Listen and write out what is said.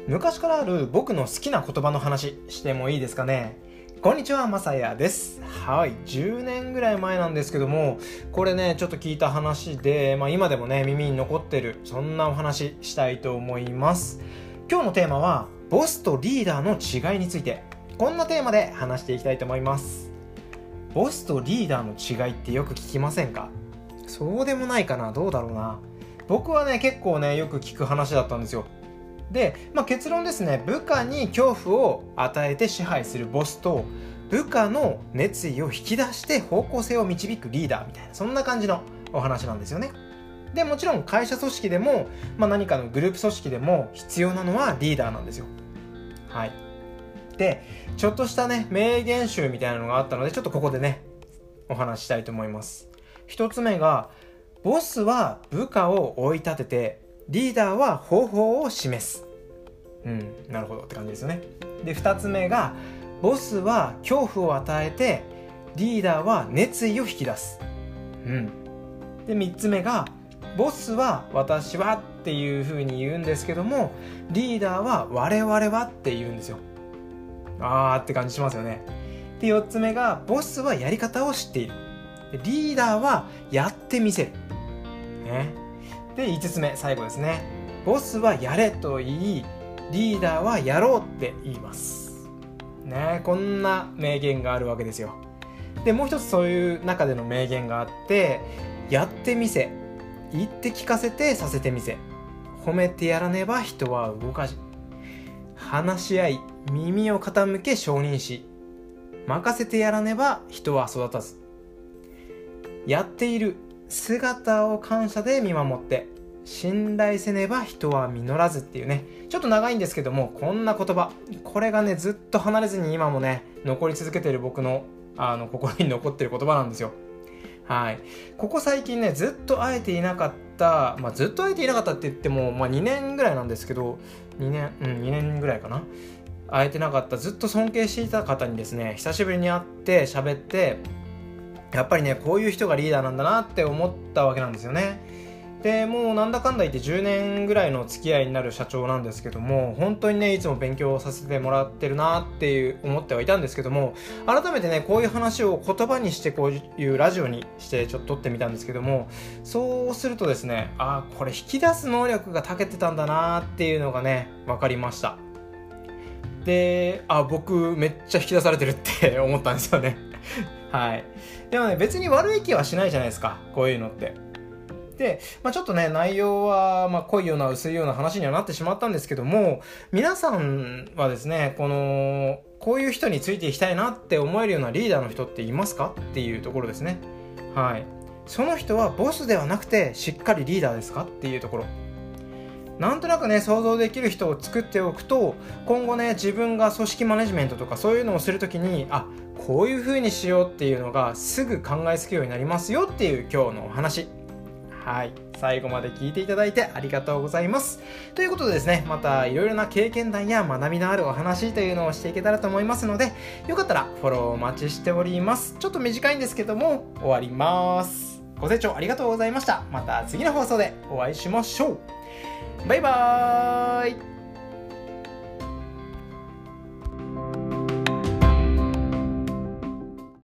昔からある僕の好きな言葉の話してもいいですかね。こんにちは、まさやです。はい、10年ぐらい前なんですけども、これねちょっと聞いた話で、今でもね耳に残ってる、そんなお話したいと思います。今日のテーマはボスとリーダーの違いについて、こんなテーマで話していきたいと思います。ボスとリーダーの違いってよく聞きませんか？そうでもないかな、どうだろうな。僕はね結構ねよく聞く話だったんですよ。で、結論ですね、部下に恐怖を与えて支配するボスと、部下の熱意を引き出して方向性を導くリーダーみたいな、そんな感じのお話なんですよね。でもちろん会社組織でも、何かのグループ組織でも必要なのはリーダーなんですよ。はい。でちょっとしたね名言集みたいなのがあったので、ちょっとここでねお話ししたいと思います。一つ目が、ボスは部下を追い立ててリーダーは方法を示す。なるほどって感じですよね。で2つ目が、ボスは恐怖を与えてリーダーは熱意を引き出す。で3つ目が、ボスは私はっていう風に言うんですけども、リーダーは我々はって言うんですよ。って感じしますよね。で4つ目が、ボスはやり方を知っている。でリーダーはやってみせる。で5つ目、最後ですね。ボスはやれと言い、リーダーはやろうって言いますね。こんな名言があるわけですよ。でもう一つそういう中での名言があって、やってみせ、言って聞かせてさせてみせ、褒めてやらねば人は動かじ、話し合い耳を傾け承認し、任せてやらねば人は育たず、やっている姿を感謝で見守って、信頼せねば人は実らずっていうね、ちょっと長いんですけども、こんな言葉、これがねずっと離れずに今もね残り続けている僕の心に残ってる言葉なんですよ。はい。ここ最近ねずっと会えていなかった、ずっと会えていなかったって言っても、2年ぐらいなんですけど、2年ぐらいかな、会えてなかった、ずっと尊敬していた方にですね、久しぶりに会って喋って、やっぱりねこういう人がリーダーなんだなって思ったわけなんですよね。でもうなんだかんだ言って10年ぐらいの付き合いになる社長なんですけども、本当にねいつも勉強させてもらってるなっていう思ってはいたんですけども、改めてねこういう話を言葉にして、こういうラジオにしてちょっと撮ってみたんですけども、そうするとですね、これ引き出す能力が長けてたんだなっていうのがね分かりました。で僕めっちゃ引き出されてるって思ったんですよねはい。でもね別に悪い気はしないじゃないですか、こういうのって。で、ちょっとね内容は濃いような薄いような話にはなってしまったんですけども、皆さんはですねこういう人についていきたいなって思えるようなリーダーの人っていますかっていうところですね。はい。その人はボスではなくてしっかりリーダーですかっていうところ、なんとなくね想像できる人を作っておくと、今後ね自分が組織マネジメントとかそういうのをするときに、こういう風にしようっていうのがすぐ考えつくようになりますよっていう今日のお話。はい、最後まで聞いていただいてありがとうございます。ということでですね、またいろいろな経験談や学びのあるお話というのをしていけたらと思いますので、よかったらフォローお待ちしております。ちょっと短いんですけども終わります。ご清聴ありがとうございました。また次の放送でお会いしましょう。バイバーイ。